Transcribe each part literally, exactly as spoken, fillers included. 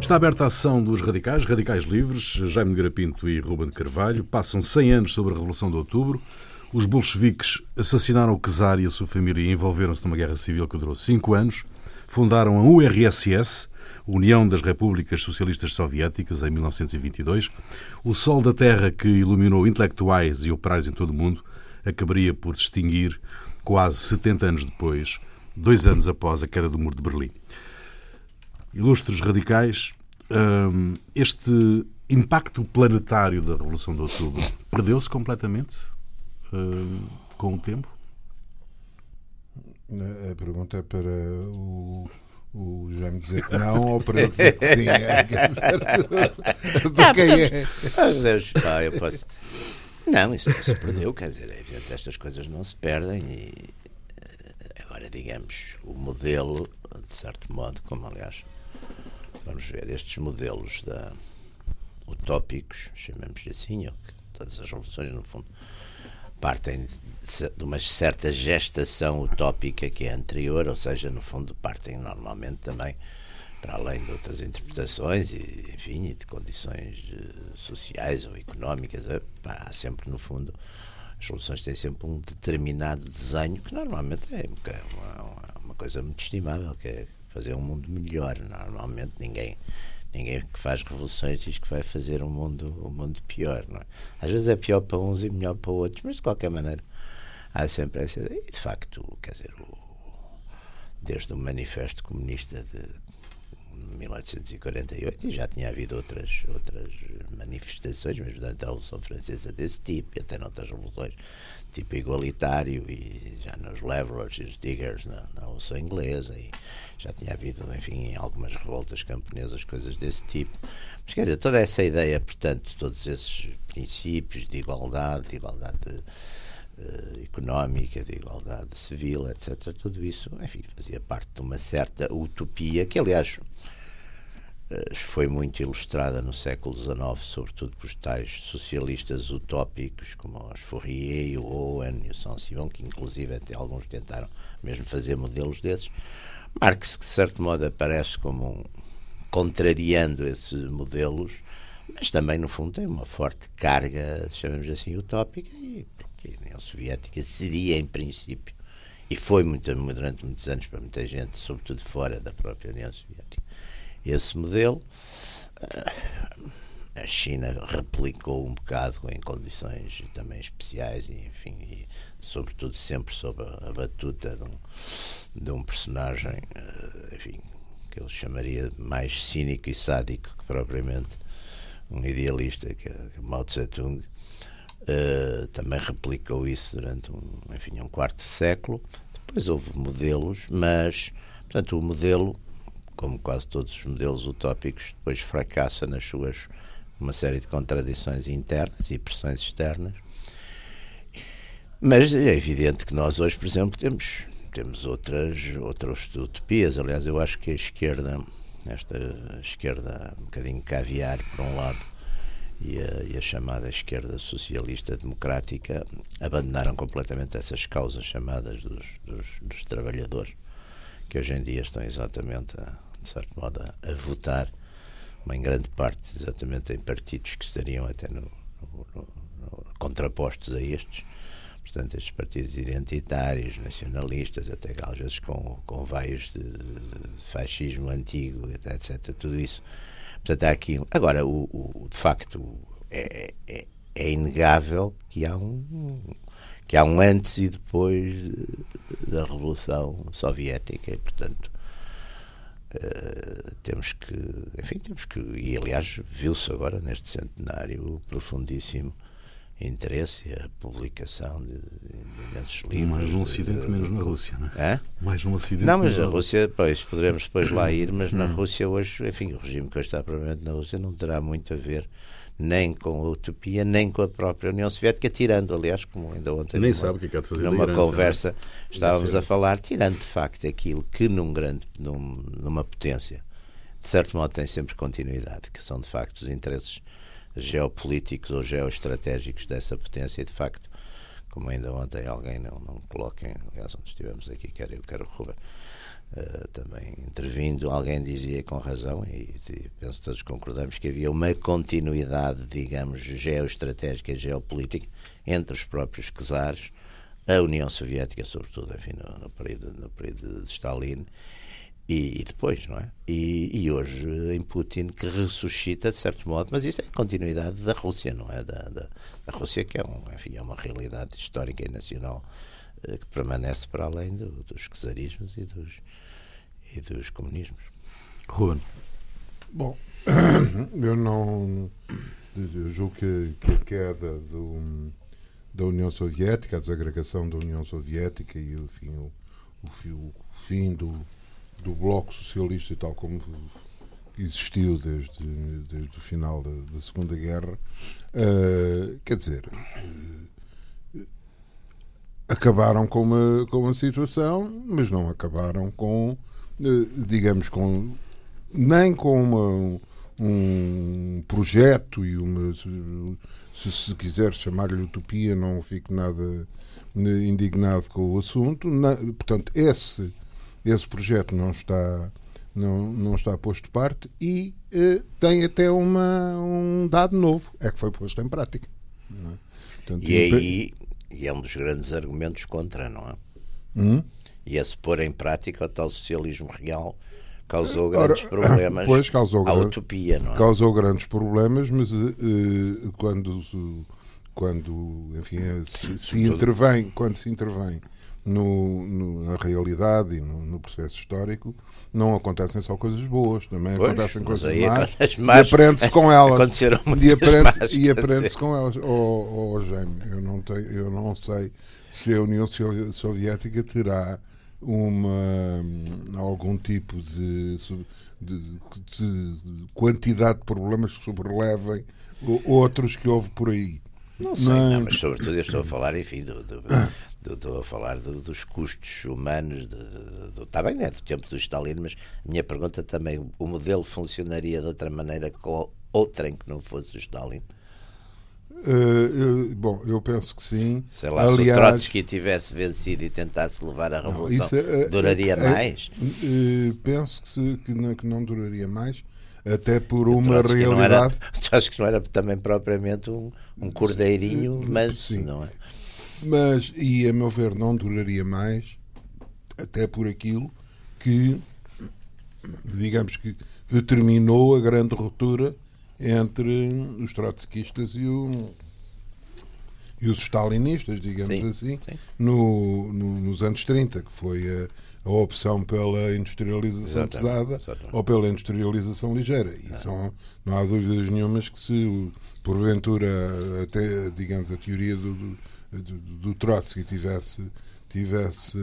Está aberta a ação dos radicais, radicais livres, Jaime Nogueira Pinto e Ruben de Carvalho. Passam cem anos sobre a Revolução de Outubro. Os bolcheviques assassinaram o czar e a sua família e envolveram-se numa guerra civil que durou cinco anos. Fundaram a U R S S, União das Repúblicas Socialistas Soviéticas, em mil novecentos e vinte e dois. O sol da terra que iluminou intelectuais e operários em todo o mundo acabaria por se extinguir quase setenta anos depois, dois anos após a queda do Muro de Berlim. Ilustres radicais, este impacto planetário da Revolução de Outubro perdeu-se completamente com o tempo? A pergunta é para o, o Jaime dizer que não ou para eu dizer que sim? É, quer dizer, para quem é? Ah, eu posso... Não, isso não se perdeu, quer dizer, é evidente, estas coisas não se perdem e agora, digamos, o modelo, de certo modo, como aliás, vamos ver, estes modelos da, utópicos, chamemos-lhe assim, ou que todas as revoluções, no fundo, partem de uma certa gestação utópica que é anterior, ou seja, no fundo, partem normalmente também para além de outras interpretações e, enfim, e de condições uh, sociais ou económicas. Uh, pá, há sempre, no fundo, as revoluções têm sempre um determinado desenho que normalmente é uma, uma coisa muito estimável, que é fazer um mundo melhor. Normalmente ninguém ninguém que faz revoluções diz que vai fazer um mundo, um mundo pior, não é? Às vezes é pior para uns e melhor para outros, mas de qualquer maneira há sempre essa ideia. E de facto, quer dizer, o, desde o Manifesto Comunista de mil oitocentos e quarenta e oito, e já tinha havido outras, outras manifestações, mas durante a Revolução Francesa desse tipo, e até noutras revoluções, tipo igualitário, e já nos Levelers e os Diggers na, na Revolução Inglesa, e já tinha havido, enfim, algumas revoltas camponesas, coisas desse tipo. Mas quer dizer, toda essa ideia, portanto, todos esses princípios de igualdade, de igualdade uh, económica, de igualdade civil, etcétera, tudo isso, enfim, fazia parte de uma certa utopia, que aliás foi muito ilustrada no século dezenove, sobretudo por tais socialistas utópicos como os Fourier, o Owen e o Saint-Simon, que inclusive até alguns tentaram mesmo fazer modelos desses. Marx, que de certo modo aparece como um, contrariando esses modelos, mas também no fundo tem uma forte carga, chamemos assim, utópica, e a União Soviética seria em princípio, e foi muito, durante muitos anos para muita gente, sobretudo fora da própria União Soviética, esse modelo. A China replicou um bocado em condições também especiais e, enfim, e sobretudo sempre sob a, a batuta de um, de um personagem, enfim, que ele chamaria mais cínico e sádico que propriamente um idealista, que é Mao Tse-tung. Uh, também replicou isso durante um, enfim, um quarto de século. Depois houve modelos, mas, portanto, o modelo, como quase todos os modelos utópicos, depois fracassa nas suas uma série de contradições internas e pressões externas. Mas é evidente que nós hoje, por exemplo, temos, temos outras, outras utopias. Aliás, eu acho que a esquerda, esta esquerda um bocadinho caviar, por um lado, e a, e a chamada esquerda socialista democrática, abandonaram completamente essas causas chamadas dos, dos, dos trabalhadores, que hoje em dia estão exatamente a, de certo modo, a, a votar, uma em grande parte exatamente em partidos que estariam até no, no, no, no, contrapostos a estes, portanto estes partidos identitários, nacionalistas, até às vezes com, com vaios de, de fascismo antigo, etcétera, tudo isso. Portanto há aqui, agora o, o, de facto é, é, é inegável que há um que há um antes e depois da Revolução Soviética e, portanto, uh, temos que, enfim, temos que, e aliás viu-se agora neste centenário o profundíssimo interesse e a publicação de, de imensos livros. Mais no Ocidente, de, menos na Rússia, não é? Hã? Mais no Ocidente. Não, mas a Rússia, pois, poderemos depois lá ir, mas na Rússia hoje, enfim, o regime que hoje está provavelmente na Rússia não terá muito a ver nem com a utopia, nem com a própria União Soviética, tirando, aliás, como ainda ontem nem numa, sabe o que é que há de fazer numa Irã, conversa sabe? Estávamos a falar, tirando de facto aquilo que num grande, num, numa potência, de certo modo tem sempre continuidade, que são de facto os interesses geopolíticos ou geoestratégicos dessa potência, e de facto, como ainda ontem alguém não, não coloquem, aliás, onde estivemos aqui, quer eu, quer o Ruben, uh, também intervindo, alguém dizia com razão, e, e penso que todos concordamos, que havia uma continuidade, digamos, geoestratégica e geopolítica entre os próprios czares, a União Soviética, sobretudo, enfim, no, no, período, no período de Stalin, e, e depois, não é? E, e hoje em Putin, que ressuscita, de certo modo, mas isso é a continuidade da Rússia, não é? Da, da, da Rússia, que é, um, enfim, é uma realidade histórica e nacional eh, que permanece para além do, dos czarismos e dos, e dos comunismos. Ruben. Bom, eu não... Eu julgo que, que a queda do... da União Soviética, a desagregação da União Soviética e o fim, o, o, o fim do, do bloco socialista e tal como existiu desde, desde o final da, da Segunda Guerra, uh, quer dizer, uh, acabaram com uma, com uma situação, mas não acabaram com, uh, digamos, com nem com uma, um projeto e uma... Se, se quiser chamar-lhe utopia, não fico nada indignado com o assunto. Na, portanto, esse, esse projeto não está, não, não está posto de parte e eh, tem até uma, um dado novo, é que foi posto em prática. Não é? Portanto, e aí e é um dos grandes argumentos contra, não é? Hum? E esse pôr em prática o tal socialismo real causou grandes Ora, problemas pois, causou à grande, utopia, não é? Causou grandes problemas, mas uh, quando, quando enfim, se, se intervém, quando se intervém no, no, na realidade e no, no processo histórico, não acontecem só coisas boas, também pois, acontecem coisas más, más e aprende-se com elas. Aconteceram e aprende-se, más, e aprende-se com elas. Oh, oh, Jaime, eu não, tenho, eu não sei se a União Soviética terá uma algum tipo de, de, de quantidade de problemas que sobrelevem outros que houve por aí. Não sei, mas, não, mas sobretudo eu estou a falar, enfim, do, do, do, estou a falar do, dos custos humanos, do, do, do, está bem, né, do tempo do Stalin, mas a minha pergunta também, o modelo funcionaria de outra maneira com outra em que não fosse o Stalin? Uh, eu, bom, eu penso que sim. Sei lá, Aliás, se o Trotsky tivesse vencido e tentasse levar a revolução, não, é, duraria é, mais? É, penso que, se, que, não, que não duraria mais, até por uma realidade. Acho que não era também propriamente um, um cordeirinho, mas sim. Não é? Mas, e a meu ver, não duraria mais, até por aquilo que, digamos que, determinou a grande ruptura entre os trotskistas e, o, e os stalinistas, digamos sim, assim, sim. No, no, nos anos trinta, que foi a, a opção pela industrialização exatamente, pesada exatamente. Ou pela industrialização ligeira. E ah. são, não há dúvidas nenhumas que se, porventura, até, digamos, a teoria do, do, do Trotsky tivesse, tivesse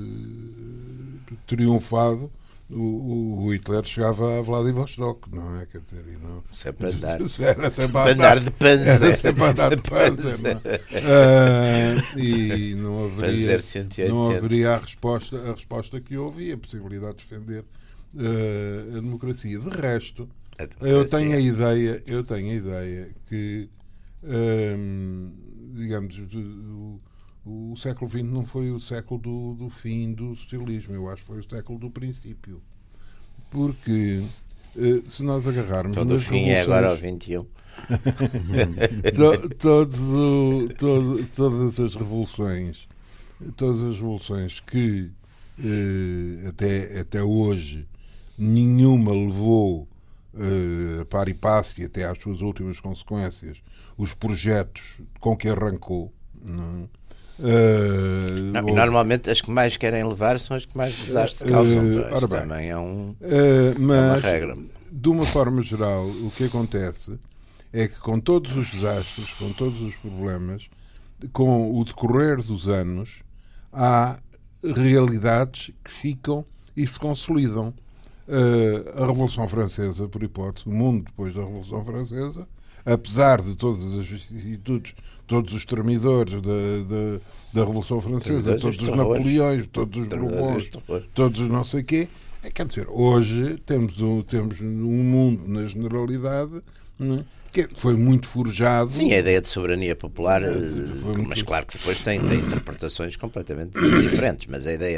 triunfado, O, o Hitler chegava a Vladivostok, não é? Quer dizer, e não, sempre andar, era sempre a andar de panzer. Era sempre a andar de panzer. uh, e não haveria, não haveria a, resposta, a resposta que houve e a possibilidade de defender uh, a democracia. De resto, democracia. eu tenho a ideia, eu tenho a ideia que, um, digamos, o, o século vinte não foi o século do, do fim do socialismo, eu acho que foi o século do princípio. Porque uh, se nós agarrarmos. Todo o fim é agora ao vinte e um. to, todos o, todo, todas as revoluções, todas as revoluções que uh, até, até hoje nenhuma levou uh, a par e passo e até às suas últimas consequências os projetos com que arrancou, não é? Uh, não, ou... Normalmente as que mais querem levar são as que mais desastre causam. Uh, ora bem, também é, um, uh, mas, é uma regra. De uma forma geral, o que acontece é que com todos os desastres, com todos os problemas, com o decorrer dos anos, há realidades que ficam e se consolidam. Uh, a Revolução Francesa, por hipótese, o mundo depois da Revolução Francesa, apesar de todas as vicissitudes, todos os tremidores da, da, da Revolução Francesa, todos os Napoleões, todos os Bourbons, todos os não sei quê, é, quer dizer, hoje temos um, temos um mundo na generalidade, né, que foi muito forjado. Sim, a ideia de soberania popular, é, mas muito... claro que depois tem, tem interpretações completamente diferentes, mas a ideia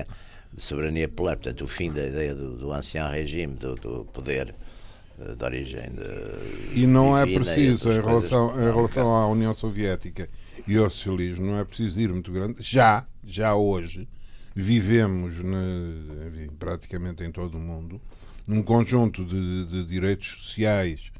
de soberania popular, portanto, o fim da ideia do, do ancien regime, do, do poder de origem de, e não é divina, preciso, em relação, coisas, em relação à União Soviética e ao socialismo, não é preciso ir muito grande. Já, já hoje, vivemos na, enfim, praticamente em todo o mundo num conjunto de, de direitos sociais,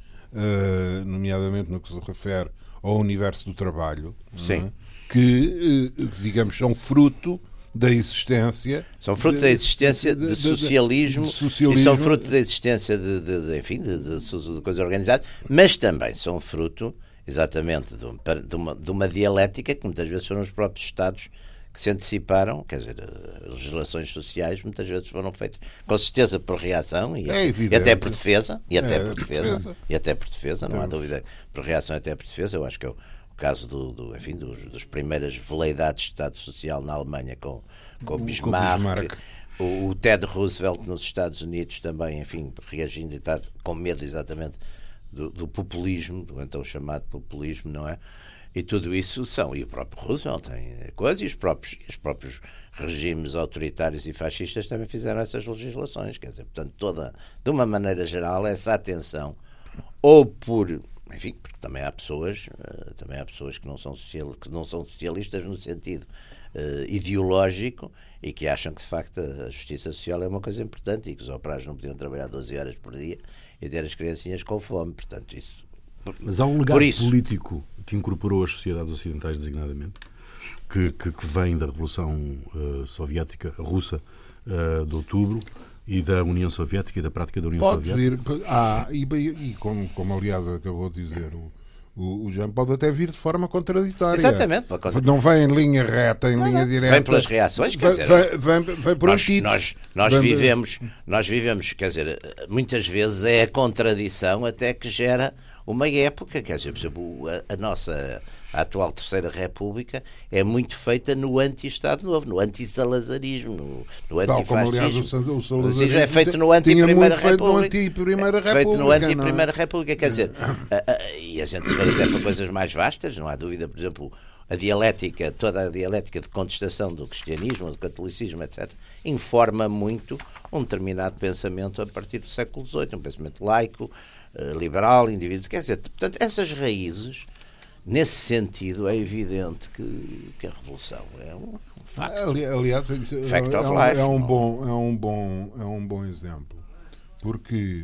uh, nomeadamente no que se refere ao universo do trabalho, Sim. É? que, uh, digamos, são fruto da existência... São fruto de, da existência de, de, de, socialismo, de socialismo e são fruto da existência de, de, de enfim, de, de, de coisa organizada, mas também são fruto, exatamente, de, um, de, uma, de uma dialética que muitas vezes foram os próprios Estados que se anteciparam, quer dizer, as legislações sociais muitas vezes foram feitas, com certeza por reação e, é e até por defesa, e até é, por defesa, defesa, e até por defesa, não há dúvida, por reação e até por defesa. Eu acho que é o, o caso do, do, enfim, dos, dos primeiras veleidades de Estado Social na Alemanha com, com o Bismarck, com o Bismarck. O, o Ted Roosevelt nos Estados Unidos também, enfim, reagindo e está com medo exatamente do, do populismo, do então chamado populismo, não é? E tudo isso são, e o próprio Roosevelt tem coisas, e os próprios, os próprios regimes autoritários e fascistas também fizeram essas legislações, quer dizer, portanto, toda, de uma maneira geral, essa atenção, ou por, enfim, porque também há pessoas, também há pessoas que não são, social, que não são socialistas no sentido uh, ideológico e que acham que, de facto, a justiça social é uma coisa importante e que os operários não podiam trabalhar doze horas por dia e ter as criancinhas com fome, portanto, isso... Mas há um legado político que incorporou as sociedades ocidentais, designadamente, que, que, que vem da Revolução uh, Soviética, russa, uh, de outubro, e da União Soviética e da prática da União pode Soviética. Vir, ah, e, e como, como aliás acabou de dizer o, o, o Jean, pode até vir de forma contraditória. Exatamente. Não vem em linha reta, em não, linha não. direta. Vem pelas reações, quer vem, dizer... Vem, vem, vem por nós, antítese. nós, nós, vem, vivemos, nós vivemos, quer dizer, muitas vezes é a contradição até que gera uma época, quer dizer, por exemplo, a, a nossa a atual Terceira República é muito feita no anti-Estado Novo, no anti-salazarismo, no, no antifascismo. Como, aliás, o, o salazarismo é feito no anti-Primeira República. No anti-Primeira República. Feito no anti-Primeira República, quer dizer, a, a, e a gente se vê até para coisas mais vastas, não há dúvida, por exemplo, a dialética, toda a dialética de contestação do cristianismo, do catolicismo, etcétera, informa muito um determinado pensamento a partir do século dezoito, um pensamento laico, liberal, indivíduo, quer dizer, portanto, essas raízes, nesse sentido, é evidente que, que a revolução é um, um facto. Ali, aliás, fact é, of é, life. é um bom, é um bom, é um bom exemplo, porque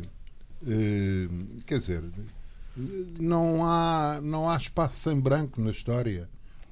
eh, quer dizer, não há, não há espaço sem branco na história.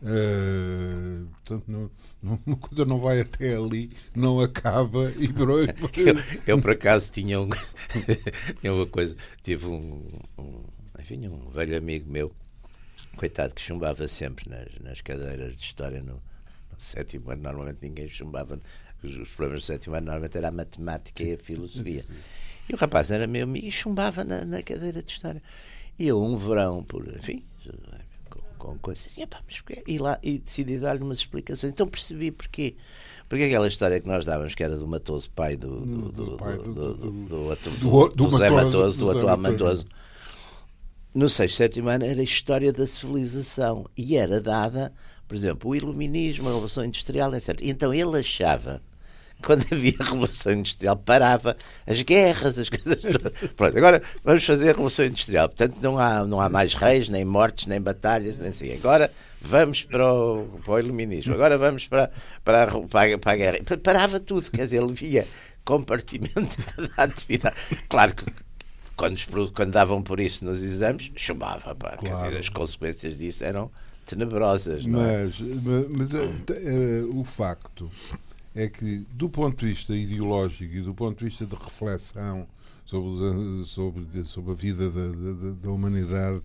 Uh, portanto, não, não, uma coisa não vai até ali, não acaba e eu, eu por acaso tinha, um, tinha uma coisa, tive um, um, enfim, um velho amigo meu, coitado, que chumbava sempre nas, nas cadeiras de história no, no sétimo ano. Normalmente ninguém chumbava, os, os problemas do sétimo ano normalmente era a matemática e a filosofia. E o rapaz era meu amigo e chumbava na, na cadeira de história. E eu um verão, por enfim, com coisas assim, epá, mas porquê? E lá e decidi dar-lhe umas explicações. Então percebi porquê. Porque aquela história que nós dávamos, que era do Matoso, pai do do, do, do, do, do, do José Matoso, do atual Matoso, no sexto, sétimo ano, era a história da civilização e era dada, por exemplo, o iluminismo, a revolução industrial, etcétera. E então ele achava, quando havia a Revolução Industrial, parava as guerras, as coisas todas. Pronto, agora vamos fazer a Revolução Industrial. Portanto, não há, não há mais reis, nem mortes, nem batalhas, nem assim. Agora vamos para o, para o iluminismo, agora vamos para, para, a, para, a, para a guerra. Parava tudo, quer dizer, ele via compartimentada a atividade. Claro que quando, quando davam por isso nos exames, chamava, pá, claro. Quer dizer, as consequências disso eram tenebrosas. Não é? Mas, mas, mas uh, uh, o facto é que, do ponto de vista ideológico e do ponto de vista de reflexão sobre, sobre, sobre a vida da, da, da humanidade,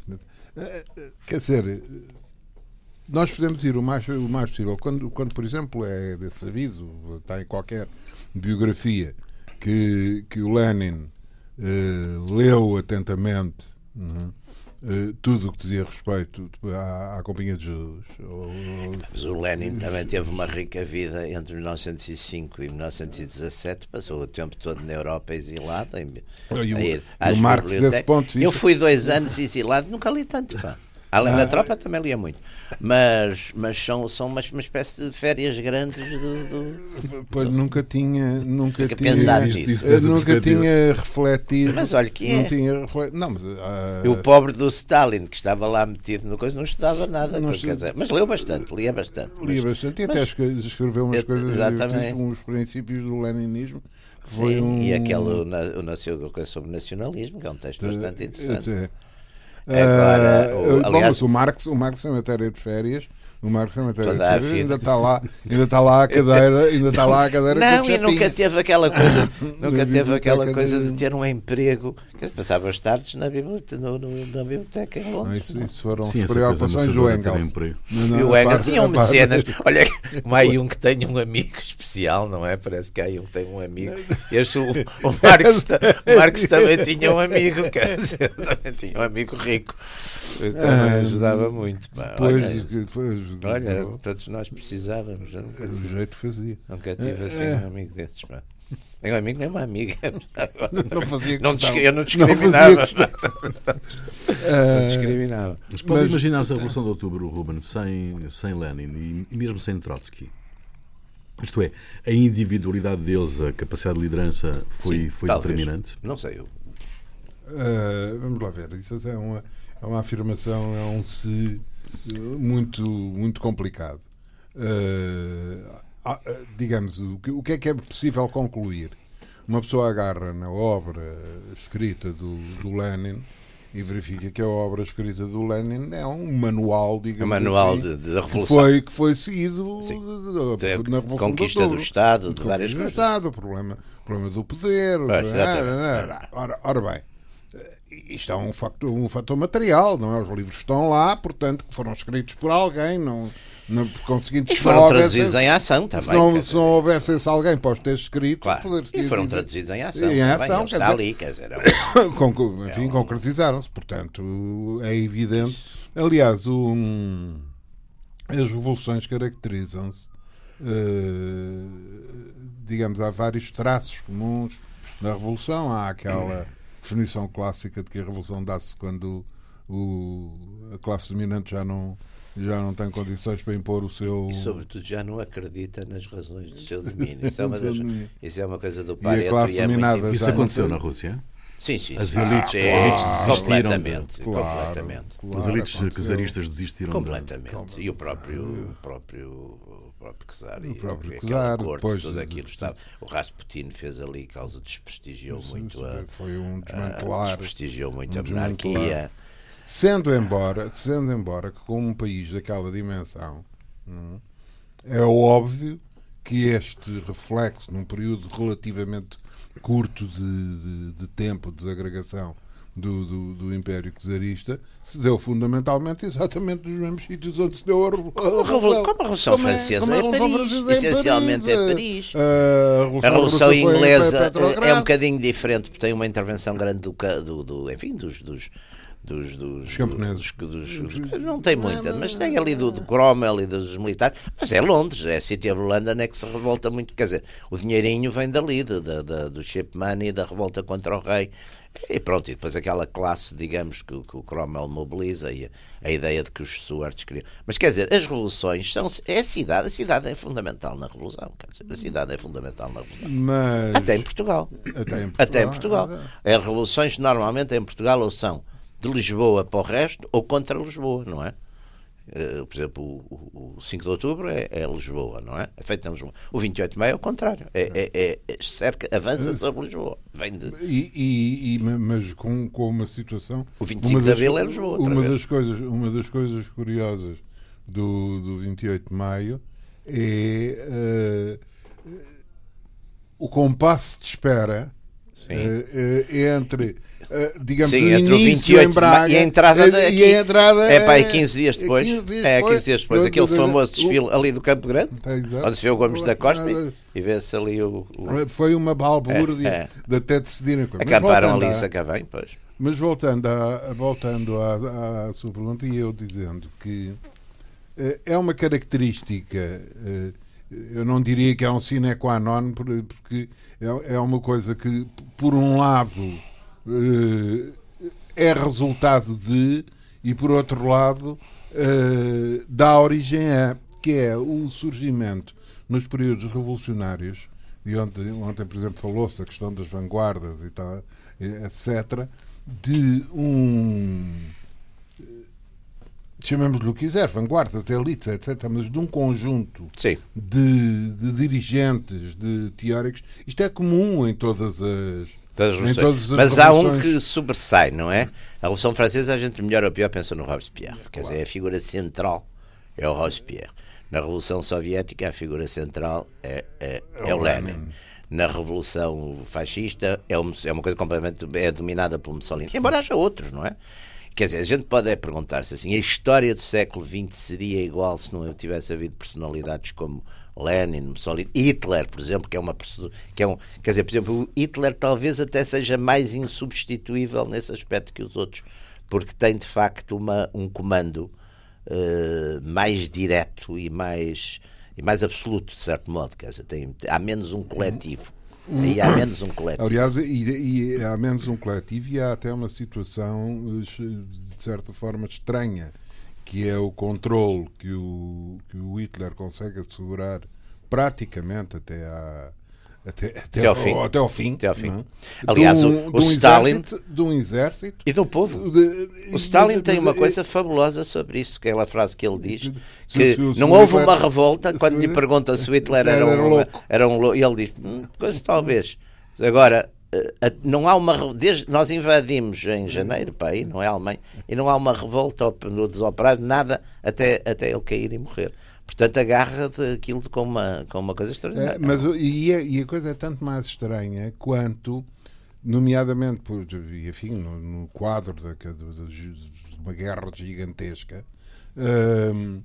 quer dizer, nós podemos ir o mais, o mais possível. Quando, quando, por exemplo, é sabido, está em qualquer biografia, que, que o Lenin uh, leu atentamente, uh, Uh, tudo o que dizia respeito à, à Companhia de Jesus. Ou, Mas o Lenin também teve uma rica vida entre mil novecentos e cinco e mil novecentos e dezassete, passou o tempo todo na Europa exilado. Em, e o, e o Marx, desse ponto de vista... Eu fui dois anos exilado, nunca li tanto, pá. Além Ah, da tropa também lia muito. Mas, mas são, são uma, uma espécie de férias grandes do. do... Pois nunca tinha. Nunca Nunca tinha, pensar Isto- nisso. isto eh, dessa nunca perspectiva. tinha refletido. Mas olha que não é. tinha refletido. Não, mas. ah, E o pobre do Stalin, que estava lá metido no coisa, não estudava nada. Não quer estu- dizer, mas leu bastante, lia bastante. lia mas- bastante e mas- até escre- escreveu umas Eu- coisas, exatamente. tipo, uns princípios do leninismo. Que foi Sim, um, e aquele o, na- o nasceu sobre nacionalismo, que é um texto bastante interessante. Eh, Agora, ah, o- bom, aliás- mas o Marx, o Marx em matéria de férias, o Marx em matéria de Toda a férias vida. ainda está lá, ainda está lá a cadeira, ainda está lá a cadeira Não, com e o nunca chapinha. teve aquela coisa, nunca teve biblioteca aquela coisa de- de ter um emprego. Que passava as tardes na biblioteca, no, no- na biblioteca em Não, Londres. isso, isso foram Sim, as essa coisa preocupações do amassadora de ter Engels. emprego. Não, não, E o a Engels parte- tinha um a parte- mecenas. Olha, como há aí um que tem um amigo especial, não é? Parece que há aí um que tem um amigo. Este, o, o, Marx, ta- o Marx também tinha um amigo, quer dizer, também tinha um amigo rico. Eu também Ah, ajudava muito. Pá. Pois, Olha, depois, olha, era o que todos nós precisávamos. Eu nunca, o jeito fazia. nunca tive assim um amigo desses. Pá. Nem um amigo, nem uma amiga. Não fazia Não questão. discri- eu não Não fazia discriminava. questão. Não discriminava. Mas pode Mas- imaginar-se a Revolução de Outubro, Ruben, sem, sem Lenin e, e mesmo sem Trotsky? Isto é, a individualidade deles, a capacidade de liderança foi, Sim, foi talvez. determinante? Não sei, eu. Uh, vamos lá ver, isso é uma, é uma afirmação, é um se uh, muito, muito complicado. Uh, ah, uh, digamos, o que, o que é que é possível concluir? Uma pessoa agarra na obra escrita do, do Lenin e verifica que a obra escrita do Lenin é um manual, digamos O manual assim, de, de- da que Revolução. foi, que foi seguido Sim. de- de- Da na Revolução conquista de do Outubro. Estado, de Conquista várias do coisas. Estado, o problema, o problema do poder. Pois, exatamente. Ora, ora bem, isto é um fator, um fator material, não é? Os livros estão lá, portanto, que foram escritos por alguém, não, não conseguindo E foram traduzidos em ação também. se não, quer se dizer, não houvesse esse alguém para os ter escrito, claro. poder-se E foram dizer- traduzidos em ação. Em também, ação, ele quer está dizer- ali, quer dizer, é um- Conclu- enfim, É um- concretizaram-se, portanto, é evidente. Aliás, o, hum, as revoluções caracterizam-se, eh, digamos, há vários traços comuns da revolução. Há aquela definição clássica de que a revolução dá-se quando o, a classe dominante já não, já não tem condições para impor o seu. E sobretudo já não acredita nas razões do seu domínio. Isso é uma, Do seu das- domínio. isso é uma coisa do E a Pareto classe e é muito dominada importante. Isso já aconteceu não na tem- Rússia? Sim, sim, As sim. elites- Sim, as elites desistiram completamente, Claro, completamente. claro, As elites aconteceu. czaristas desistiram da... Completamente. E o próprio, o próprio, o próprio Czar, O e próprio aquela Czar, corte, depois- tudo aquilo estava. O Rasputin fez ali, causa desprestigiou muito a, Foi um a- desmantelar. desprestigiou muito um a monarquia. desmantelar. Sendo embora, sendo embora que com um país daquela dimensão, hum, é óbvio que este reflexo num período relativamente curto de, de, de tempo de desagregação do, do, do Império Czarista se deu fundamentalmente exatamente nos mesmos sítios onde se deu a Revolução. Como a Revolu- como a Revolução Francesa é Paris. Essencialmente é Paris. A A Revolução Russa foi em Inglesa Petrogrado. é um bocadinho diferente porque tem uma intervenção grande do, ca- do, do enfim, dos, dos, dos, dos, Dos camponeses. dos- dos- dos- não tem muita, mas tem ali do, do Cromwell e dos militares. Mas é Londres, é a City of London é que se revolta muito. Quer dizer, o dinheirinho vem dali, de, de, de, do ship money, da revolta contra o rei. E pronto, e depois aquela classe, digamos, que, que o Cromwell mobiliza e a, a ideia de que os Stuarts queriam. Mas quer dizer, as revoluções são. É a cidade, a cidade é fundamental na revolução. Quer dizer, a cidade é fundamental na revolução. Mas, Até em Portugal. até em Até em Portugal. As revoluções normalmente em Portugal ou são de Lisboa para o resto ou contra Lisboa, não é? Uh, por exemplo, o, o, o cinco de Outubro é, é Lisboa, não é? É feito em Lisboa. O vinte e oito de Maio é o contrário. É, é, é, é cerca, avança sobre Lisboa. Vem de. E, e- e- mas com, com uma situação. O vinte e cinco uma de das- Abril é Lisboa, outra Uma vez. das, coisas, uma das coisas curiosas do, do vinte e oito de Maio é eh, o compasso de espera. eh, eh, entre, eh, digamos, Sim, o entre o início vinte e oito em Braga e a entrada eh, daqui. e a entrada É pá, é quinze dias depois. quinze dias É quinze dias depois. do- Aquele do- famoso do- desfile ali do Campo Grande, Tá, exato. onde se vê o Gomes da Costa e, e vê-se ali o. o... Foi uma balbúrdia É, é. de até decidirem coisas. Mas Acamparam voltando ali à- em Sacavém, pois. Mas voltando, à, voltando à, à sua pergunta, e eu dizendo que eh, é uma característica, eh, eu não diria que é um sine qua non, por- porque é, é uma coisa que, por um lado, eh, é resultado de e por outro lado uh, dá origem a, que é o surgimento nos períodos revolucionários, e ontem, ontem por exemplo, falou-se da questão das vanguardas e tal, etcétera, de um, chamemos-lhe o que quiser, vanguardas, elites, etcétera, mas de um conjunto de, de dirigentes, de teóricos. Isto é comum em todas as... Em todas as mas há um que sobressai, não é? A Revolução Francesa, a gente melhor ou pior pensa no Robespierre, quer dizer, a figura central é o Robespierre. Na Revolução Soviética, a figura central é, é, é o Lenin. Na Revolução Fascista, é uma, é uma coisa completamente é dominada pelo Mussolini. Embora haja outros, não é? Quer dizer, a gente pode é perguntar-se assim, a história do século vinte seria igual se não tivesse havido personalidades como Lenin, Mussolini, Hitler, por exemplo, que é uma que é um, quer dizer, por exemplo, o Hitler talvez até seja mais insubstituível nesse aspecto que os outros, porque tem de facto uma, um comando Uh, mais direto e mais, e mais absoluto, de certo modo. Quer dizer, tem, há menos um coletivo. Aí há menos um coletivo. Aliás, e, e há menos um coletivo e há até uma situação de certa forma estranha, que é o controle que o, que o Hitler consegue assegurar praticamente até à Até, até, até, ao fim. até ao fim. Até ao fim. Não? Aliás, de um, um, o de um Stalin. Exército, de um exército. E do povo. De, o Stalin de, de, tem uma de, coisa fabulosa sobre isso, que é aquela frase que ele diz: de, que se, se, não se houve Hitler, uma revolta quando se, lhe perguntam se o Hitler era, era, era um, louco. Era um louco. E ele diz: hum, coisa talvez. Agora, não há uma. Desde, nós invadimos em janeiro, para aí, não é a Alemanha, e não há uma revolta no desoperado, nada, até, até ele cair e morrer. Portanto, agarra aquilo com uma, com uma coisa extraordinária. É, mas, e, a, e a coisa é tanto mais estranha quanto, nomeadamente, por, enfim, no, no quadro de, de, de uma guerra gigantesca, hum,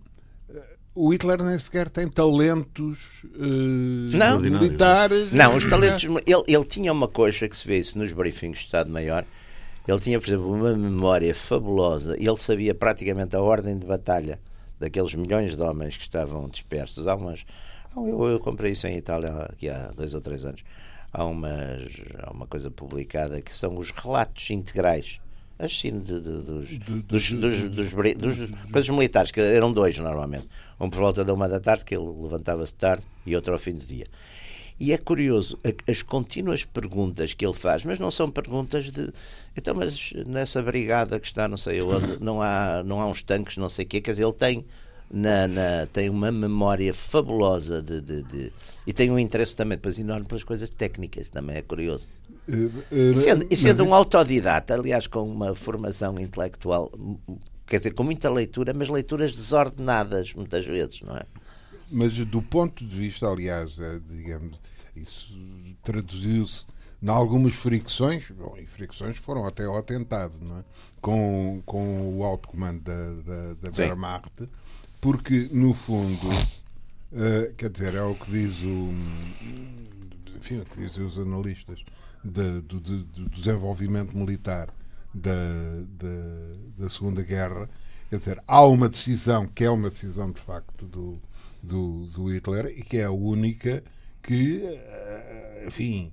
o Hitler nem sequer tem talentos uh, não. militares. Não, os talentos. Ele, ele tinha uma coisa que se vê isso nos briefings de Estado-Maior. Ele tinha, por exemplo, uma memória fabulosa. Ele sabia praticamente a ordem de batalha daqueles milhões de homens que estavam dispersos. Há umas, eu, eu comprei isso em Itália aqui há dois ou três anos. Há, umas, há uma coisa publicada que são os relatos integrais, assim, de, de, dos, dos, dos, dos, dos, dos coisas militares, que eram dois normalmente. Um por volta da uma da tarde, que ele levantava-se tarde, e outro ao fim do dia. E é curioso, as contínuas perguntas que ele faz, mas não são perguntas de... Então, mas nessa brigada que está não sei onde, não há, não há uns tanques, não sei o quê, quer dizer, ele tem, na, na, tem uma memória fabulosa de, de, de, e tem um interesse também depois enorme pelas coisas técnicas, também é curioso. E sendo, e sendo um autodidata, aliás, com uma formação intelectual, quer dizer, com muita leitura, mas leituras desordenadas, muitas vezes, não é? Mas do ponto de vista, aliás, digamos, isso traduziu-se em algumas fricções, bom, e fricções que foram até ao atentado, não é? com, com o alto comando da, da, da Wehrmacht, porque, no fundo, uh, quer dizer, é o que diz o, enfim, o que dizem os analistas de, do, do, do desenvolvimento militar da, da, da Segunda Guerra, quer dizer, há uma decisão, que é uma decisão, de facto, do Do, do Hitler, e que é a única que, enfim,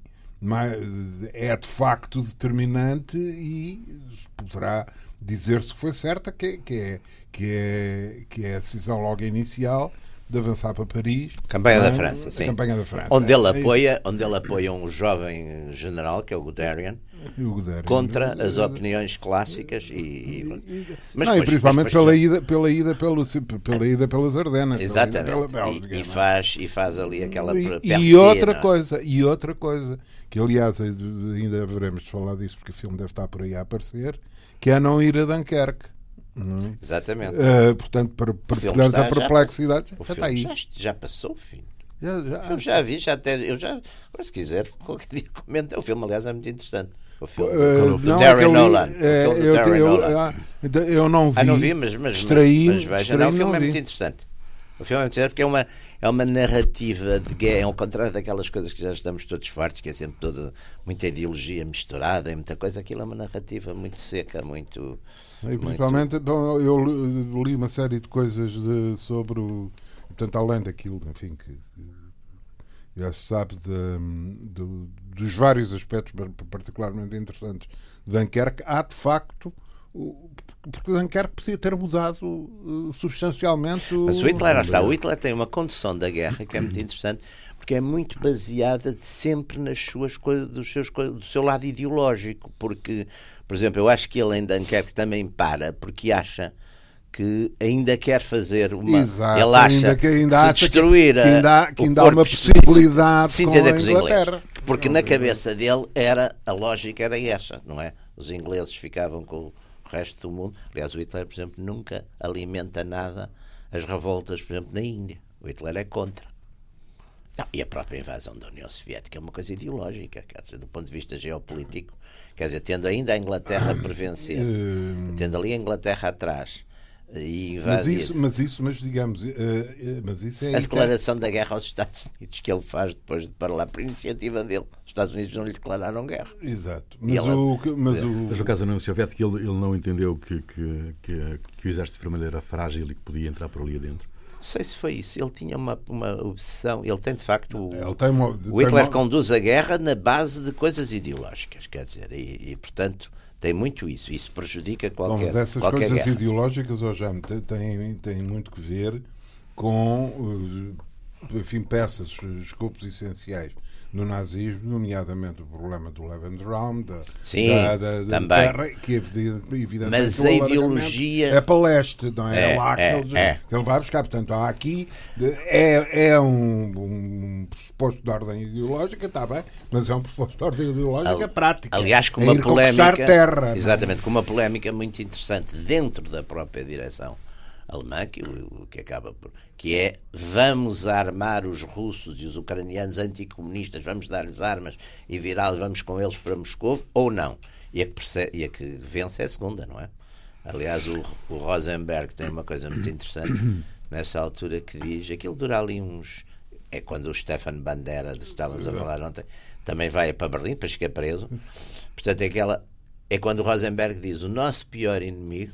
é de facto determinante e poderá dizer-se que foi certa, que, que, é, que, é, que é a decisão logo inicial de avançar para Paris. Campanha não, da França, sim. Campanha da França. Onde ele apoia, onde ele apoia um jovem general, que é o Guderian, contra as opiniões clássicas e, e mas não, depois, e principalmente depois, pela ida pela ida pelo, pela ida pelas Ardenas, exatamente, pela pela Bélgica, e, e faz e faz ali aquela e, e outra coisa e outra coisa que aliás ainda veremos de falar disso porque o filme deve estar por aí a aparecer, que é não ir a Dunkerque. Não é? Exatamente. Uh, portanto, para para a perplexidade já, já está aí. Já, já passou o filme. Já, já. Eu já vi, já até eu já, agora se quiser, qualquer dia comenta. O filme, aliás, é muito interessante. O filme uh, do, do Darren aquele, Nolan. É, o filme do eu, Darren eu, Nolan. Eu, eu não vi. Ah, não vi, mas, mas, distraí, mas, mas veja, não, o filme é vi. muito interessante. O filme é muito interessante porque é uma, é uma narrativa de guerra, é ao contrário daquelas coisas que já estamos todos fartos, que é sempre toda muita ideologia misturada e muita coisa. Aquilo é uma narrativa muito seca, muito. E, principalmente, muito... Bom, eu li uma série de coisas de, sobre o. Portanto, além daquilo, enfim, que. Já se sabe de, de, dos vários aspectos particularmente interessantes de Dunkerque, há de facto porque Dunkerque podia ter mudado uh, substancialmente. O... Mas o Hitler, lá está, o Hitler tem uma condução da guerra que é muito interessante, porque é muito baseada sempre nas suas coisas, dos seus, do seu lado ideológico. Porque, por exemplo, eu acho que ele em Dunkerque também para, porque acha que ainda quer fazer uma. Exato, ele acha ainda que, ainda se acha destruir que, que ainda, há, que ainda há uma possibilidade possibilidade de se entender com os ingleses. Porque na cabeça dele era, a lógica era essa, não é? Os ingleses ficavam com o resto do mundo. Aliás, o Hitler, por exemplo, nunca alimenta nada as revoltas, por exemplo, na Índia. O Hitler é contra. Não, e a própria invasão da União Soviética é uma coisa ideológica, quer dizer, do ponto de vista geopolítico, quer dizer, tendo ainda a Inglaterra por vencer, tendo ali a Inglaterra atrás. E mas isso, mas isso, mas digamos, uh, uh, mas isso é a declaração que... da guerra aos Estados Unidos que ele faz depois de para lá por iniciativa dele. Os Estados Unidos não lhe declararam guerra. Exato. Mas, ela... o, mas, o... mas no caso da União Soviética ele, ele não entendeu que, que, que, que o exército vermelho era frágil e que podia entrar por ali adentro. Não sei se foi isso. Ele tinha uma, uma obsessão. Ele tem de facto. O, ele tem uma, o Hitler uma... conduz a guerra na base de coisas ideológicas, quer dizer, e, e portanto. Tem muito isso. Isso prejudica qualquer guerra. Mas essas qualquer coisas guerra. ideológicas, oh, já têm, têm muito que ver com, enfim, peças, escopos essenciais no nazismo, nomeadamente o problema do Lebensraum, da, Sim, da, da, da também. terra, que evidentemente mas a ideologia é para leste, não é? É, é lá que, é, ele, é. que ele vai buscar. Portanto, há aqui é, é um, um pressuposto de ordem ideológica, está bem, mas é um pressuposto de ordem ideológica Al, prática. Aliás, com é uma ir polémica. Terra, exatamente, com uma polémica muito interessante dentro da própria direção alemã, que, o, que acaba por. Que é vamos armar os russos e os ucranianos anticomunistas, vamos dar-lhes armas e virá-los, vamos com eles para Moscou, ou não? E a que, percebe, e a que vence é a segunda, não é? Aliás, o, o Rosenberg tem uma coisa muito interessante nessa altura que diz, aquilo dura ali uns. É quando o Stefan Bandera, de que estávamos a falar ontem, também vai para Berlim, para chegar preso. Portanto, é, aquela, é quando o Rosenberg diz o nosso pior inimigo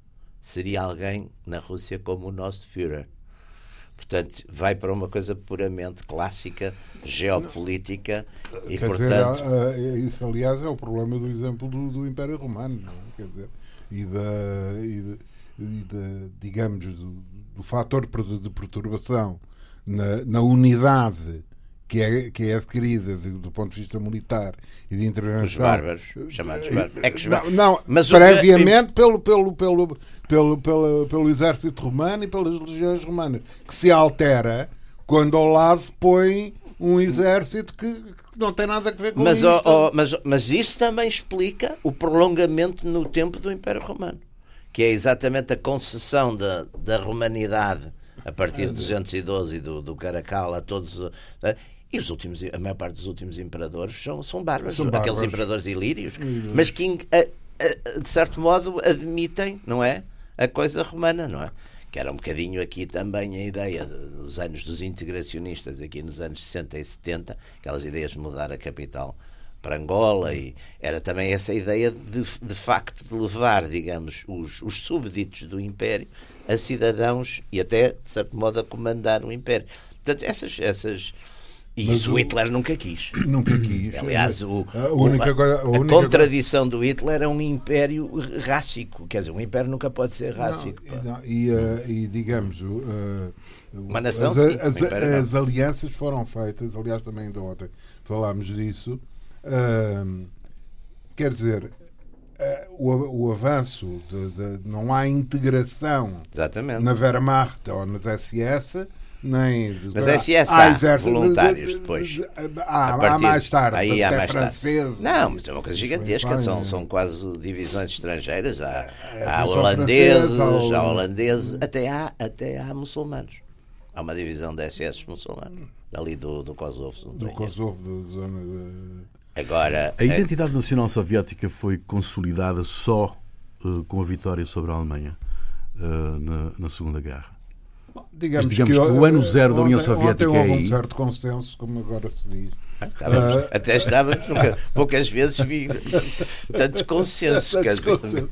seria alguém na Rússia como o nosso Führer. Portanto, vai para uma coisa puramente clássica, geopolítica. E, quer portanto... dizer, isso, aliás, é o problema do exemplo do, do Império Romano, não é? Quer dizer, e da, e de, e de, digamos, do, do fator de perturbação na, na unidade que é, que é adquirida de, do ponto de vista militar e de intervenção. Os bárbaros, chamados bárbaros. É que os não, não mas previamente o... pelo, pelo, pelo, pelo, pelo, pelo exército romano e pelas legiões romanas, que se altera quando ao lado põe um exército que, que não tem nada a ver com mas, isso. Oh, oh, mas, mas isso também explica o prolongamento no tempo do Império Romano, que é exatamente a concessão da, da romanidade a partir de duzentos e doze e do, do Caracal a todos. E os últimos, a maior parte dos últimos imperadores são, são bárbaros, são bárbaros. Aqueles imperadores ilírios, uhum. mas que, a, a, de certo modo, admitem, não é? A coisa romana, não é? Que era um bocadinho aqui também a ideia dos anos dos integracionistas, aqui nos anos sessenta e setenta, aquelas ideias de mudar a capital para Angola, e era também essa ideia de, de facto de levar, digamos, os, os súbditos do Império a cidadãos e até, de certo modo, a comandar o Império. Portanto, essas... essas E mas isso o Hitler nunca quis. Nunca quis. Aliás, o, a, única, o, a, a, única a contradição do Hitler é um império rássico. Quer dizer, um império nunca pode ser rássico. Não, não, e, uh, e, digamos, uh, uma nação, as, sim, as, um as alianças foram feitas, aliás, também ainda ontem falámos disso. Uh, quer dizer, uh, o, o avanço, de, de, não há integração Exatamente. Na Wehrmacht ou nas S S. Nem de, mas S S há, há voluntários depois. De, de, de, há, há mais tarde, aí há mais francês. Não, mas é uma coisa gigantesca. São, são quase divisões estrangeiras. Há, há holandeses, francesa, há holandeses, até há, até há muçulmanos. Há uma divisão da S S muçulmana, ali do, do Kosovo. Do Kosovo, da zona de... Agora, a identidade é... nacional soviética foi consolidada só uh, com a vitória sobre a Alemanha uh, na, na Segunda Guerra. Digamos, Mas, digamos que, que o ano zero da União ontem, Soviética ontem houve é um certo consenso, como agora se diz. Estávamos, uh, até estávamos, nunca, poucas vezes vi tantos consensos. Tantos consenso.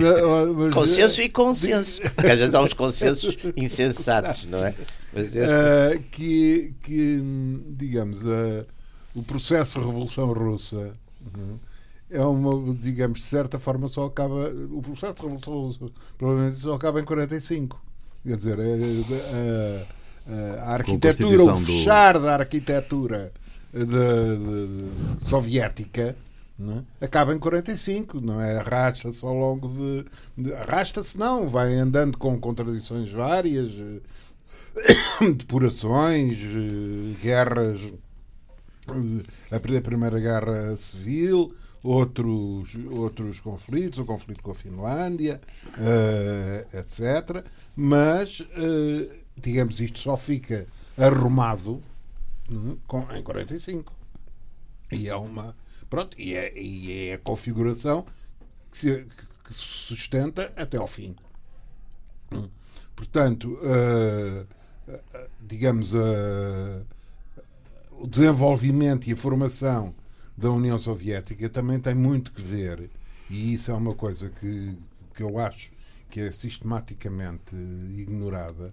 Não, consenso e consenso. Porque às vezes há uns consensos insensatos, não é? Mas este... uh, que, que, digamos, uh, o processo de Revolução Russa uh, é uma, digamos, de certa forma só acaba, o processo de revolução provavelmente só acaba em quarenta e cinco. Quer dizer, a, a, a arquitetura, o fechar do... da arquitetura de, de, de, soviética, não é? Acaba em quarenta e cinco, não é? Arrasta-se ao longo de, de arrasta-se não, vai andando com contradições várias, depurações, guerras, a Primeira Guerra Civil, outros, outros conflitos, o conflito com a Finlândia, uh, etcétera. Mas, uh, digamos, isto só fica arrumado uh, com, em quarenta e cinco. E é uma... Pronto, e é, e é a configuração que se, que se sustenta até ao fim. Uh, portanto, uh, uh, digamos, uh, o desenvolvimento e a formação da União Soviética também tem muito que ver, e isso é uma coisa que, que eu acho que é sistematicamente ignorada,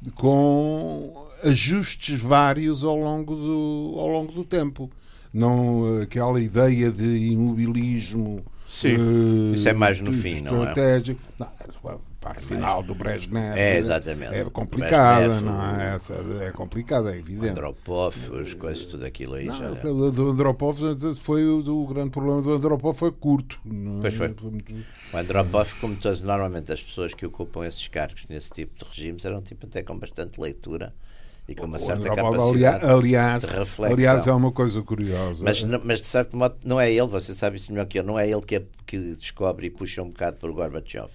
com ajustes vários ao longo do, ao longo do tempo. Não, aquela ideia de imobilismo. Sim, uh, isso é mais no fim, não é? Não, a parte final do Brezhnev é, exatamente. é complicada, Brezhnev, não é? Essa é complicada, é evidente. Andropov, as coisas, tudo aquilo aí. Não, já é. Do Andropov foi o, o grande problema do Andropov foi curto. Não, pois foi. foi muito... O Andropov, como todos, normalmente as pessoas que ocupam esses cargos nesse tipo de regimes eram tipo até com bastante leitura e com uma certa capacidade aliás, de reflexão. Aliás, é uma coisa curiosa. Mas, mas de certo modo, não é ele, você sabe isso melhor que eu, não é ele que, é, que descobre e puxa um bocado por Gorbachev.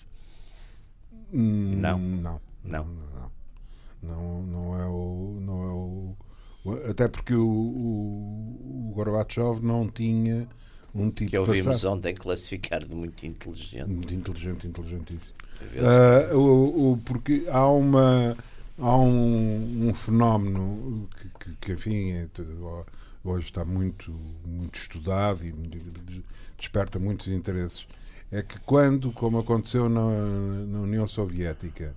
Hum, não. Não. Não. Não, não, não é o. Não é o até porque o, o, o Gorbachev não tinha um tipo que ouvimos passado, ontem classificar de muito inteligente. Muito inteligente, inteligentíssimo. Uh, o, o, porque há uma. Há um, um fenómeno que, que, que enfim, é, hoje está muito, muito estudado e desperta muitos interesses. É que quando, como aconteceu na, na União Soviética,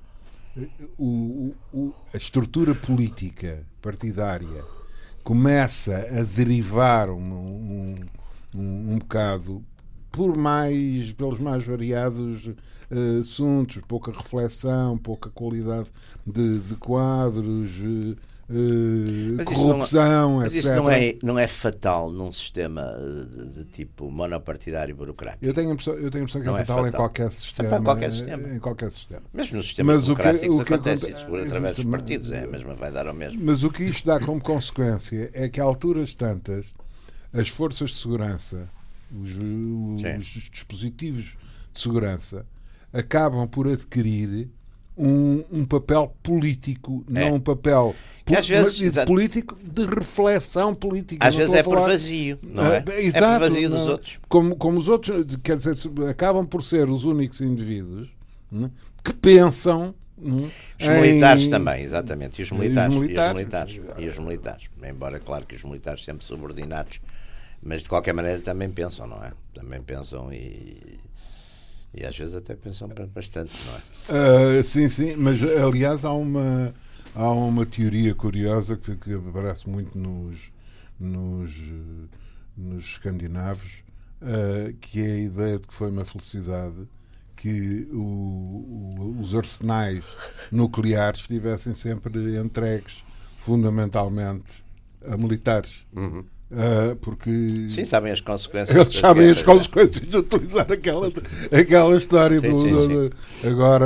o, o, a estrutura política partidária começa a derivar um, um, um, um bocado por mais, pelos mais variados uh, assuntos, pouca reflexão, pouca qualidade de, de quadros, uh, mas corrupção, não, mas etcétera. Mas isso não é, não é fatal num sistema de, de tipo monopartidário burocrático? Eu tenho a impressão, eu tenho a impressão que não é fatal, é em qualquer sistema. Fatal em qualquer sistema. Em qualquer sistema. Mesmo nos sistemas mas democráticos o que, o que acontece aconte... isso, por através dos partidos, é, mas vai dar ao mesmo. Mas o que isto dá como consequência é que a alturas tantas as forças de segurança, os, os dispositivos de segurança acabam por adquirir um, um papel político, é. não um papel que às vezes, de político de reflexão política. Às vezes é por vazio, não é? É, exato, é por vazio dos não, outros. Como, como os outros, quer dizer, acabam por ser os únicos indivíduos, não, que pensam. Não, os militares em... também, exatamente. E os militares. E os militares. E os militares. E os militares. Embora, claro, que os militares sempre subordinados, mas de qualquer maneira também pensam, não é? Também pensam e. E às vezes até pensam bastante, não é? Uh, sim, sim, mas aliás há uma, há uma teoria curiosa que, que aparece muito nos, nos, nos escandinavos, uh, que é a ideia de que foi uma felicidade que o, o, os arsenais nucleares estivessem sempre entregues fundamentalmente a militares. Uhum. Uh, porque sim, sabem as consequências. Eles sabem as consequências de utilizar aquela, aquela história sim, do, sim, sim. De, agora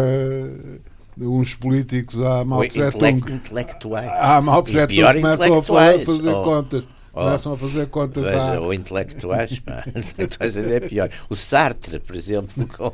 uns políticos há mal de sete intelectuais há mal de sete começam a fazer oh, contas oh, começam a fazer contas veja, à... ou intelectuais pá. Intelectuais ainda é pior. O Sartre, por exemplo, com,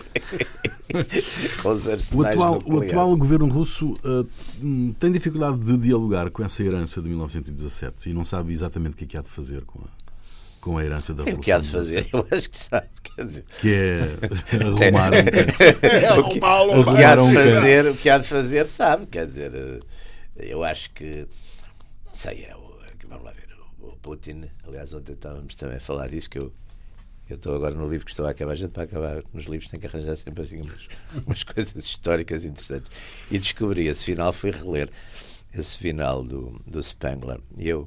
com os arsenais o atual, nucleares. O atual governo russo uh, tem dificuldade de dialogar com essa herança de mil novecentos e dezassete e não sabe exatamente o que é que há de fazer com a, com a herança da Revolução. O que há de fazer? Eu acho que sabe. Quer dizer... Que é arrumar um... o, que, o, que há de fazer, o que há de fazer sabe. Quer dizer, eu acho que não sei, é o, vamos lá ver, o, o Putin, aliás ontem estávamos também a falar disso, que eu Eu estou agora no livro que estou a acabar, a gente para acabar nos livros tem que arranjar sempre assim umas, umas coisas históricas interessantes. E descobri esse final, fui reler esse final do, do Spengler. E eu,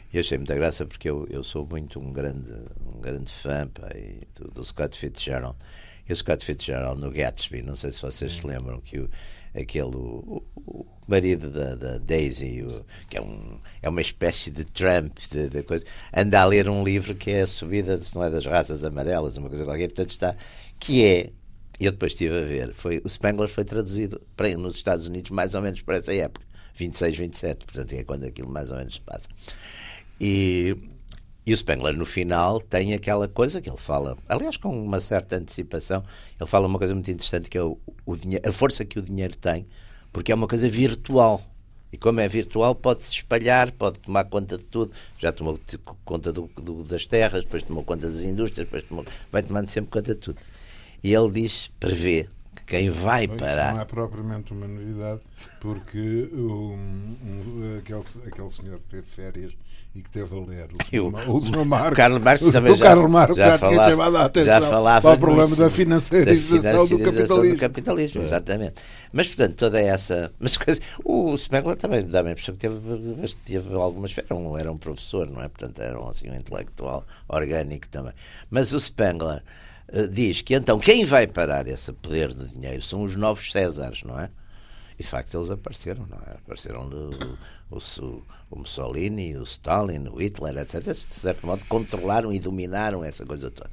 E achei muita graça porque eu, eu sou muito um grande, um grande fã pá, e do, do Scott Fitzgerald. E o Scott Fitzgerald no Gatsby, não sei se vocês se lembram que o, aquele, o, o marido da, da Daisy, o, que é, um, é uma espécie de Trump, de, de coisa, anda a ler um livro que é a subida, se não é das raças amarelas, uma coisa qualquer, portanto está, que é, eu depois estive a ver, foi, o Spengler foi traduzido para, nos Estados Unidos mais ou menos para essa época, vinte e seis, vinte e sete, portanto é quando aquilo mais ou menos se passa. E, e o Spengler no final tem aquela coisa que ele fala, aliás com uma certa antecipação, ele fala uma coisa muito interessante que é o, o dinheiro, a força que o dinheiro tem, porque é uma coisa virtual, e como é virtual pode-se espalhar, pode tomar conta de tudo, já tomou conta do, do, das terras, depois tomou conta das indústrias, depois tomou, vai tomando sempre conta de tudo. E ele diz, prevê que quem vai Bem, parar... Isso não é propriamente uma novidade, porque um, um, aquele, aquele senhor que teve férias e que teve a ler o, o senhor Marx, Carlos Marx também o já, Carlos Marx já, já, falava, tinha chamado a atenção já falava para o problema nisso, da financiarização, da financiarização do capitalismo. Do capitalismo, exatamente. Mas, portanto, toda essa... Mas, coisa, o Spengler também dá-me a impressão que teve, teve algumas... Era um, era um professor, não é? Portanto, era um, assim, um intelectual orgânico também. Mas o Spengler uh, diz que, então, quem vai parar esse poder do dinheiro são os novos Césares, não é? E de facto eles apareceram, não é? Apareceram do, o, o, o Mussolini, o Stalin, o Hitler, etcétera. De certo modo controlaram e dominaram essa coisa toda.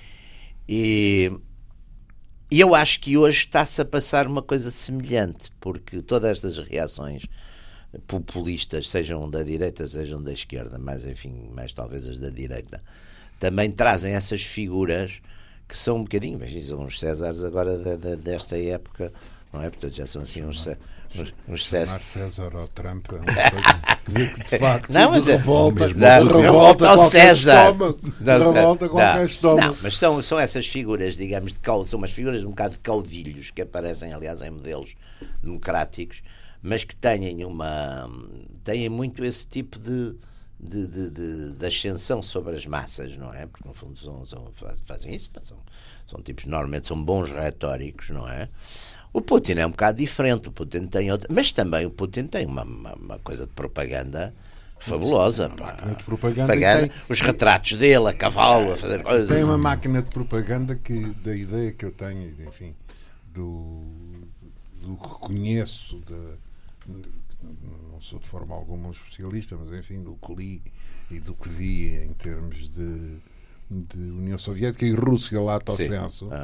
E, e eu acho que hoje está-se a passar uma coisa semelhante, porque todas estas reações populistas, sejam da direita, sejam da esquerda, mas enfim, mais talvez as da direita, também trazem essas figuras que são um bocadinho, mas são os Césares agora de, de, desta época, não é? Portanto, já são assim uns, uns, uns César. César ou Trump é uma coisa que de facto não, mas revolta, é, não, revolta ao César. Não, revolta qualquer estômago. Não, mas são, são essas figuras, digamos, de caud... são umas figuras um bocado de caudilhos que aparecem, aliás, em modelos democráticos, mas que têm uma têm muito esse tipo de De, de, de, de ascensão sobre as massas, não é? Porque no fundo são, são, fazem isso, são, são tipos, normalmente são bons retóricos, não é? O Putin é um bocado diferente, o Putin tem outra, mas também o Putin tem uma, uma, uma coisa de propaganda fabulosa. Sim, pá. De propaganda propaganda, tem, os retratos dele a cavalo, a fazer coisas. Tem uma máquina de propaganda que, da ideia que eu tenho, enfim, do, do que conheço, de, não sou de forma alguma um especialista, mas enfim, do que li e do que vi em termos de, de União Soviética e Rússia lato sensu, ah.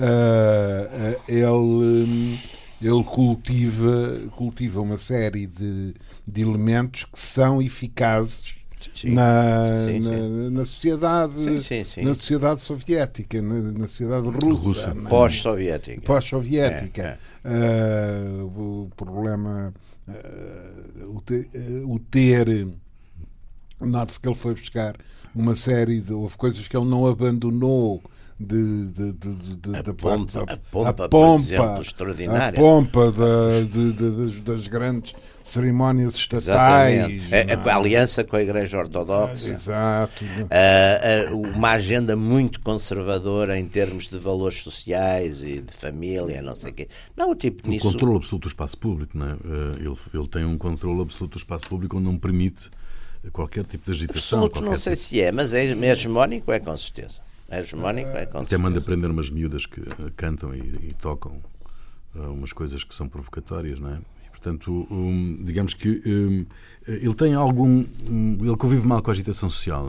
uh, ele, ele cultiva, cultiva uma série de, de elementos que são eficazes sim, na, sim, na, sim. na sociedade sim, sim, sim. na sociedade soviética, na, na sociedade russa, russa pós-soviética. Pós-soviética. É, é. Uh, o problema Uh, o, te, uh, o ter nota-se que ele foi buscar uma série de houve coisas que ele não abandonou de, de, de, de, a, de pompa, a, a pompa, a pompa, exemplo, extraordinária. A pompa da, de, de, das, das grandes cerimónias estatais, a, a aliança com a Igreja Ortodoxa, exato, a, a, uma agenda muito conservadora em termos de valores sociais e de família, não sei o quê. Não, o tipo o nisso... controle absoluto do espaço público, não é? ele, ele tem um controle absoluto do espaço público onde não permite qualquer tipo de agitação. Absoluto, não sei tipo... se é, mas é hegemónico, é com certeza. É hegemónico, é com Até manda prender umas miúdas que cantam e, e tocam uh, umas coisas que são provocatórias, não é? E, portanto, um, digamos que um, ele tem algum... Um, ele convive mal com a agitação social, não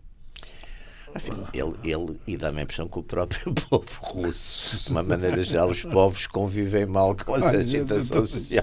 é? Enfim, ele, ele, e dá-me a impressão que o próprio povo russo, de uma maneira geral, os povos convivem mal com a agitação social.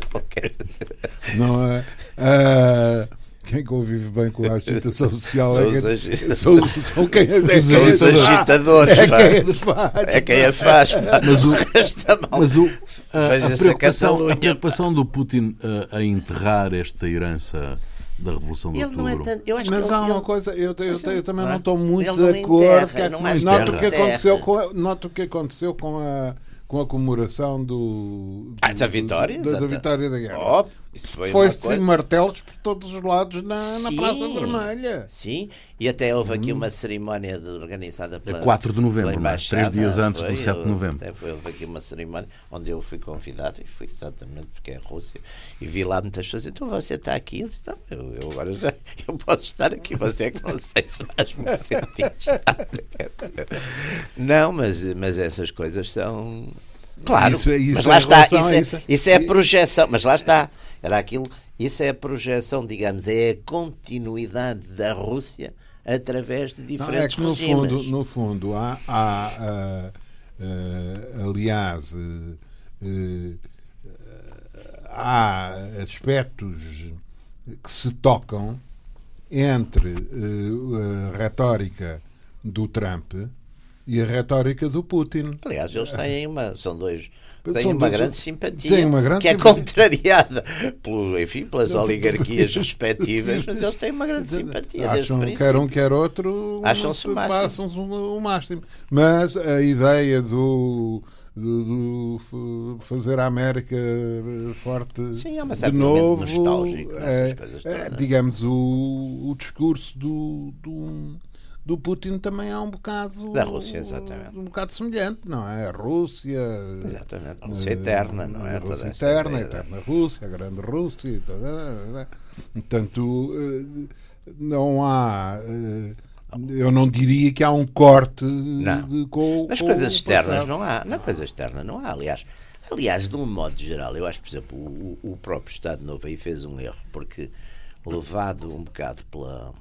Não é? Uh... Quem convive bem com a agitação social são, é quem, os, são, são, quem, é, é são os agitadores. É quem a faz. É quem a faz. Mas, o, mas o, a, a, preocupação, a preocupação do Putin a, a enterrar esta herança da Revolução de ele Outubro. Não é tanto, eu acho mas que há ele, uma ele, coisa, eu, eu, eu, eu também não estou muito ele de não acordo. Enterra, que, não é noto o que terra. aconteceu com a, noto o que aconteceu com a com a comemoração do, do, ah, essa vitória, do, da, da vitória da guerra. Oh, isso foi Foi-se coisa... martelos por todos os lados na, na sim, Praça Vermelha. Sim, e até houve aqui uma cerimónia de, organizada pela a quatro de novembro, pela três dias antes foi, do sete de novembro. Eu, houve aqui uma cerimónia onde eu fui convidado, e fui exatamente porque é a Rússia, e vi lá muitas pessoas. Então você está aqui? Eu disse, não, eu, eu agora já eu posso estar aqui, você é que não sei se faz muito sentido estar. Não, mas, mas essas coisas são... Claro, isso, isso mas lá é está, isso é, isso, isso é a projeção, mas lá está, era aquilo, isso é a projeção, digamos, é a continuidade da Rússia através de diferentes não, é que no regimes. fundo, no fundo há, há uh, uh, aliás, uh, uh, há aspectos que se tocam entre uh, a retórica do Trump e a retórica do Putin. Aliás, eles têm uma, são dois, têm São uma dois, grande simpatia, têm uma grande que é simpatia. contrariada pelo, enfim, pelas oligarquias respectivas, mas eles têm uma grande simpatia. Acham, desde o quer um, princípio. quer outro, Acham-se o máximo. passam-se o máximo. Mas a ideia do, do, do fazer a América forte Sim, é uma de certa novo, nostálgico é, nessas coisas é, todas. digamos, o, o discurso do, do do Putin também é um bocado da Rússia, exatamente. Um bocado semelhante, não é? A Rússia, exatamente. A Rússia eterna, não é? A Rússia Toda eterna, a essa eterna Rússia, a grande Rússia, toda, portanto, não há, eu não diria que há um corte não. De, com, mas com coisas externas passado. não há, não, coisas externas não há, aliás. Aliás, de um modo geral, eu acho, por exemplo, o, o próprio Estado Novo aí fez um erro, porque levado um bocado pela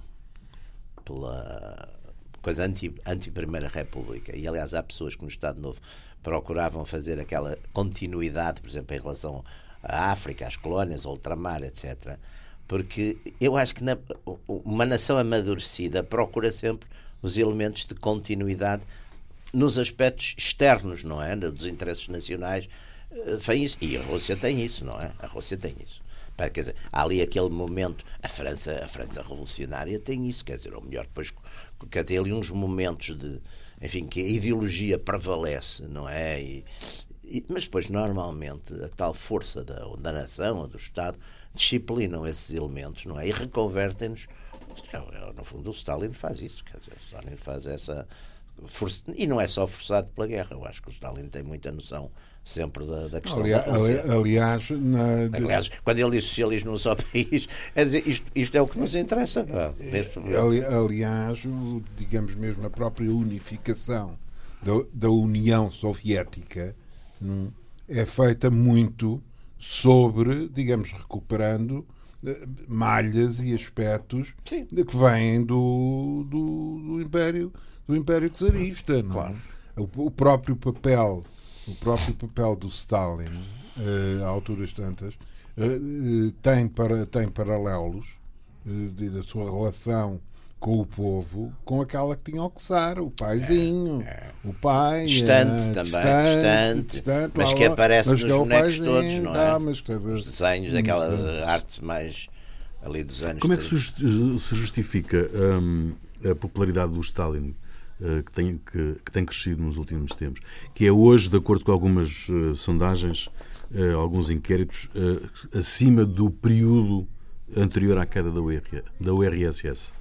pela coisa anti, anti-Primeira República, e aliás há pessoas que no Estado Novo procuravam fazer aquela continuidade, por exemplo, em relação à África, às colónias, ao ultramar, etcétera. Porque eu acho que na, uma nação amadurecida procura sempre os elementos de continuidade nos aspectos externos, não é? Dos interesses nacionais. E a Rússia tem isso, não é? A Rússia tem isso. Quer dizer, há ali aquele momento, a França, a França revolucionária tem isso, quer dizer, ou melhor, depois quer ter ali uns momentos de, enfim, que a ideologia prevalece, não é? E, e, mas depois, normalmente, a tal força da, da nação ou do Estado disciplinam esses elementos, não é? E reconvertem-nos. No fundo, o Stalin faz isso, quer dizer, o Stalin faz essa... Força, e não é só forçado pela guerra, eu acho que o Stalin tem muita noção sempre da, da questão aliás, da Rússia. Aliás, na... aliás, quando ele diz socialismo num só país, é dizer, isto, isto é o que nos interessa. Pá, ali, aliás, digamos mesmo, a própria unificação da, da União Soviética hum, é feita muito sobre, digamos, recuperando malhas e aspectos Sim. que vêm do, do, do Império do Império Czarista, não? Claro. o, o próprio papel o próprio papel do Stalin uh, a alturas tantas uh, tem, para, tem paralelos uh, da sua relação com o povo com aquela que tinha ao Czar, o paizinho, é, é. o pai distante é, também, distante, distante, distante mas lá, que aparece mas nos que é bonecos paizinho, todos, não tá, é? Mas que, os desenhos, aquela hum, arte mais ali dos anos. Como é que se justifica hum, a popularidade do Stalin uh, que, tem, que, que tem crescido nos últimos tempos, que é hoje, de acordo com algumas uh, sondagens, uh, alguns inquéritos, uh, acima do período anterior à queda da U R S S?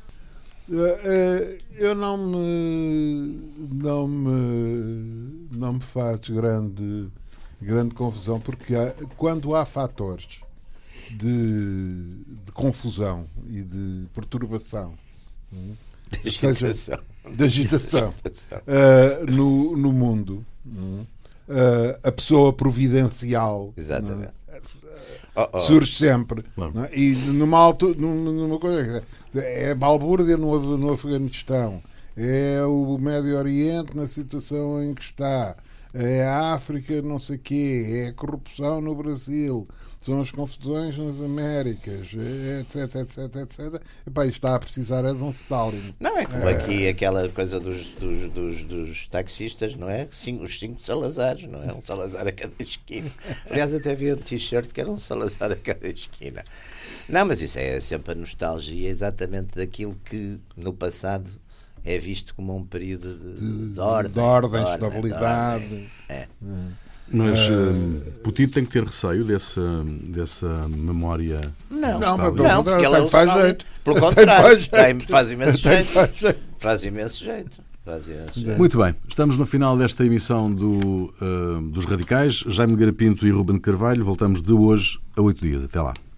Eu não me não me não me faz grande grande confusão, porque há, quando há fatores de, de confusão e de perturbação, de agitação, seja, de agitação uh, no, no mundo, uh, a pessoa providencial, exatamente. Oh, oh. surge sempre, claro. Não é? E numa, altura, numa coisa é a balbúrdia no, no Afeganistão, é o Médio Oriente na situação em que está, é a África não sei quê, é a corrupção no Brasil, são as confusões nas Américas, etc, etc, etc. E, pá, está a precisar é de um Stalin. Não, é como é... aqui aquela coisa dos, dos, dos, dos taxistas, não é? Cinco, os cinco Salazares, não é? Um Salazar a cada esquina. Aliás, até havia um t-shirt que era um Salazar a cada esquina. Não, mas isso é sempre a nostalgia exatamente daquilo que no passado é visto como um período de, de, de ordem, de ordem, de ordem estabilidade. De ordem. É. Hum. Mas uh, Potito tem que ter receio dessa, dessa memória. Não, Não, mas não, porque ele é um faz Stalin. jeito. Pelo contrário, faz, tem, faz imenso jeito. Faz jeito. Faz imenso jeito. Faz imenso jeito. Muito bem, estamos no final desta emissão do, uh, dos Radicais. Jaime Garapinto e Ruben Carvalho. Voltamos de hoje a oito dias. Até lá.